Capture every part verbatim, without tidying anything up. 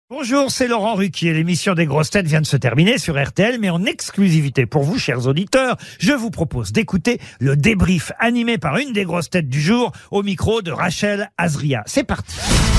Bonjour, c'est Laurent Ruquier. L'émission des grosses têtes vient de se terminer sur R T L, mais en exclusivité pour vous, chers auditeurs, je vous propose d'écouter le débrief animé par une des grosses têtes du jour au micro de Rachel Azria. C'est parti.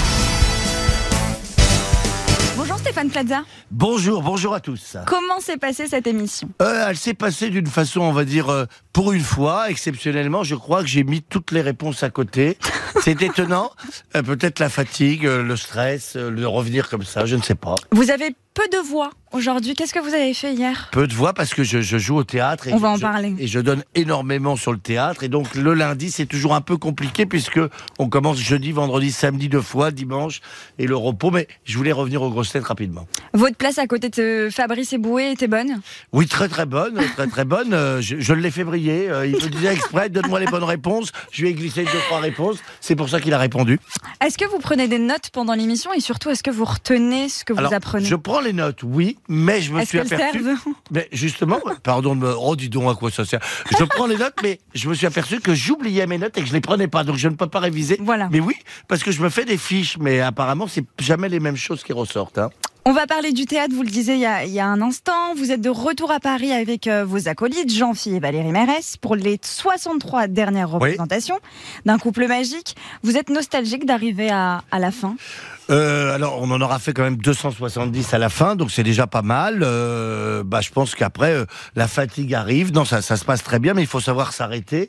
Bonjour Stéphane Plaza. Bonjour, bonjour à tous. Comment s'est passée cette émission ? euh, Elle s'est passée d'une façon, on va dire, euh, pour une fois, exceptionnellement, je crois que j'ai mis toutes les réponses à côté. C'est étonnant. Euh, peut-être la fatigue, euh, le stress, euh, le revenir comme ça, je ne sais pas. Vous avez peu de voix aujourd'hui. Qu'est-ce que vous avez fait hier ? Peu de voix parce que je, je joue au théâtre. Et On va en je, parler. Et je donne énormément sur le théâtre. Et donc le lundi, c'est toujours un peu compliqué puisque on commence jeudi, vendredi, samedi deux fois, dimanche et le repos. Mais je voulais revenir aux grosses têtes rapidement. Votre place à côté de Fabrice Eboué était bonne ? Oui, très très bonne, très très bonne. Euh, je, je l'ai fait briller. Euh, il me disait exprès, donne-moi les bonnes réponses. Je lui ai glissé deux, trois réponses. C'est pour ça qu'il a répondu. Est-ce que vous prenez des notes pendant l'émission et surtout, est-ce que vous retenez ce que vous Alors, apprenez ? Je prends les notes, oui, mais je me Est-ce suis qu'elles aperçu... servent ? Mais justement, pardon de me... Oh, dis donc à quoi ça sert. Je prends les notes, mais je me suis aperçu que j'oubliais mes notes et que je les prenais pas, donc je ne peux pas réviser. Voilà. Mais oui, parce que je me fais des fiches, mais apparemment, c'est jamais les mêmes choses qui ressortent. Hein. On va parler du théâtre, vous le disiez il y a, il y a un instant. Vous êtes de retour à Paris avec euh, vos acolytes, Jean-Philippe et Valérie Mérès, pour les soixante-trois dernières représentations oui. d'un couple magique. Vous êtes nostalgique d'arriver à, à la fin ? Euh, alors, on en aura fait quand même deux cent soixante-dix à la fin, donc c'est déjà pas mal. Euh, bah, je pense qu'après, euh, la fatigue arrive. Non, ça, ça se passe très bien, mais il faut savoir s'arrêter.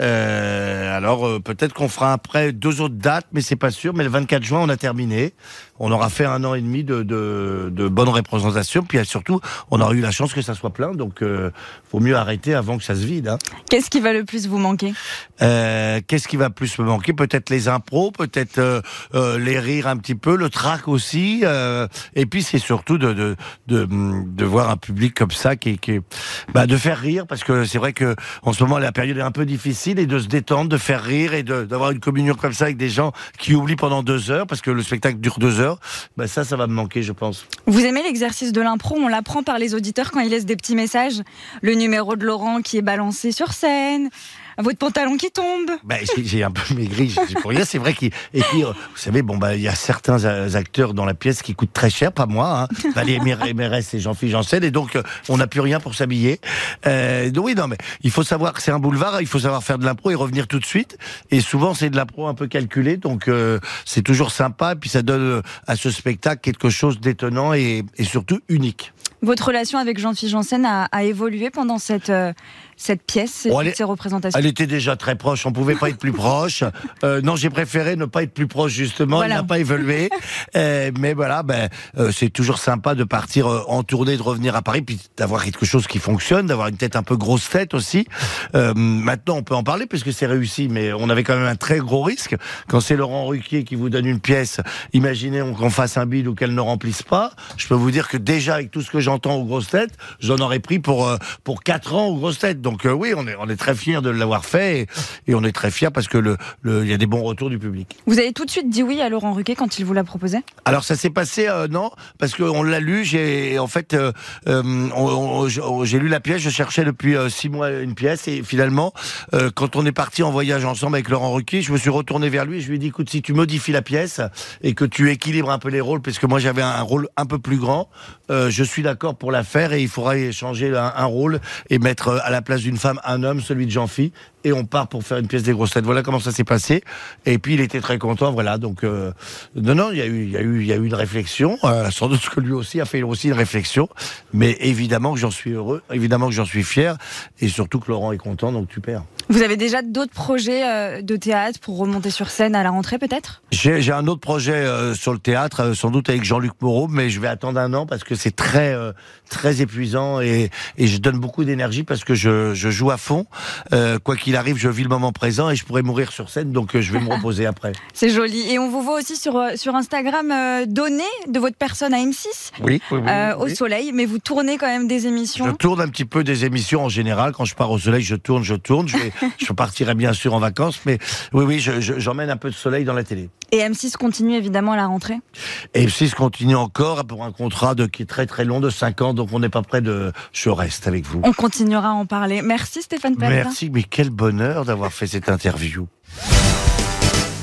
Euh, alors, euh, peut-être qu'on fera après deux autres dates, mais c'est pas sûr. Mais le vingt-quatre juin, on a terminé. On aura fait un an et demi de, de, de bonnes représentations. Puis surtout, on aura eu la chance que ça soit plein. Donc, euh, faut mieux arrêter avant que ça se vide. Hein. Qu'est-ce qui va le plus vous manquer ? euh, Qu'est-ce qui va plus me manquer ? Peut-être les impros, peut-être euh, euh, les rires un petit peu, le trac aussi. Euh, et puis, c'est surtout de, de, de, de voir un public comme ça, qui, qui bah, de faire rire. Parce que c'est vrai que en ce moment, la période est un peu difficile. Et de se détendre, de faire rire et de, d'avoir une communion comme ça avec des gens qui oublient pendant deux heures. Parce que le spectacle dure deux heures. Ben ça, ça va me manquer, je pense. Vous aimez l'exercice de l'impro ? On l'apprend par les auditeurs quand ils laissent des petits messages. Le numéro de Laurent qui est balancé sur scène, votre pantalon qui tombe. Ben, j'ai, j'ai un peu maigri, j'ai pour rien. C'est vrai qu'il et puis vous savez, bon bah il y a certains acteurs dans la pièce qui coûtent très cher, pas moi. Hein. Valérie Mérès et Jean-Philippe Janssen, et donc on n'a plus rien pour s'habiller. Euh, donc oui, non, mais il faut savoir que c'est un boulevard, il faut savoir faire de l'impro et revenir tout de suite. Et souvent c'est de l'impro un peu calculé, donc euh, c'est toujours sympa. Et puis ça donne à ce spectacle quelque chose d'étonnant et, et surtout unique. Votre relation avec Jean-Philippe Janssen a, a évolué pendant cette, euh, cette pièce, oh, toutes ces représentations ? Elle était déjà très proche, on pouvait pas être plus proche. Euh, non, j'ai préféré ne pas être plus proche, justement, voilà. Il n'a pas évolué. Euh, mais voilà, ben, euh, c'est toujours sympa de partir euh, en tournée, de revenir à Paris, puis d'avoir quelque chose qui fonctionne, d'avoir une tête un peu grosse tête aussi. Euh, maintenant, on peut en parler, puisque c'est réussi, mais on avait quand même un très gros risque. Quand c'est Laurent Ruquier qui vous donne une pièce, imaginez qu'on fasse un bide ou qu'elle ne remplisse pas. Je peux vous dire que déjà, avec tout ce que j'entends aux grosses têtes, j'en aurais pris pour, euh, pour quatre ans aux grosses têtes. Donc euh, oui, on est, on est très fiers de l'avoir fait et, et on est très fiers parce que le, le, y a des bons retours du public. Vous avez tout de suite dit oui à Laurent Ruquier quand il vous l'a proposé ? Alors ça s'est passé, euh, non, parce qu'on l'a lu, j'ai en fait, euh, euh, on, on, j'ai lu la pièce, je cherchais depuis euh, six mois une pièce et finalement, euh, quand on est parti en voyage ensemble avec Laurent Ruquier, je me suis retourné vers lui et je lui ai dit, écoute, si tu modifies la pièce et que tu équilibres un peu les rôles, parce que moi j'avais un rôle un peu plus grand, euh, je suis d'accord pour la faire et il faudra changer un, un rôle et mettre à la place d'une femme un homme, celui de Jean-Philippe, et on part pour faire une pièce des grosses têtes. Voilà comment ça s'est passé. Et puis il était très content, voilà. Donc euh, non, non, il y a eu, il y a eu, il y a eu une réflexion. Euh, sans doute que lui aussi a fait aussi une réflexion. Mais évidemment que j'en suis heureux, évidemment que j'en suis fier, et surtout que Laurent est content. Donc tu perds. Vous avez déjà d'autres projets euh, de théâtre pour remonter sur scène à la rentrée, peut-être ? J'ai, j'ai un autre projet euh, sur le théâtre, euh, sans doute avec Jean-Luc Moreau, mais je vais attendre un an parce que c'est très, euh, très épuisant et, et je donne beaucoup d'énergie parce que je, je joue à fond. Euh, quoi qu'il arrive, je vis le moment présent et je pourrais mourir sur scène, donc euh, je vais me reposer après. C'est joli. Et on vous voit aussi sur, sur Instagram euh, donner de votre personne à M six, oui, oui, oui, euh, oui. au soleil, mais vous tournez quand même des émissions. Je tourne un petit peu des émissions en général. Quand je pars au soleil, je tourne, je tourne. Je, vais, je partirai bien sûr en vacances, mais oui, oui, je, je, j'emmène un peu de soleil dans la télé. Et M six continue évidemment à la rentrée. Et M six continue encore pour un contrat de, qui est très très long, de cinq ans, donc on n'est pas près de... Je reste avec vous. On continuera à en parler. Merci Stéphane Plaza. Merci, mais quel bonheur d'avoir fait cette interview.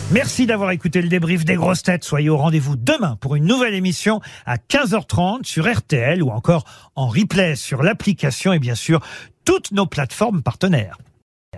Merci d'avoir écouté le débrief des grosses têtes. Soyez au rendez-vous demain pour une nouvelle émission à quinze heures trente sur R T L ou encore en replay sur l'application et bien sûr toutes nos plateformes partenaires.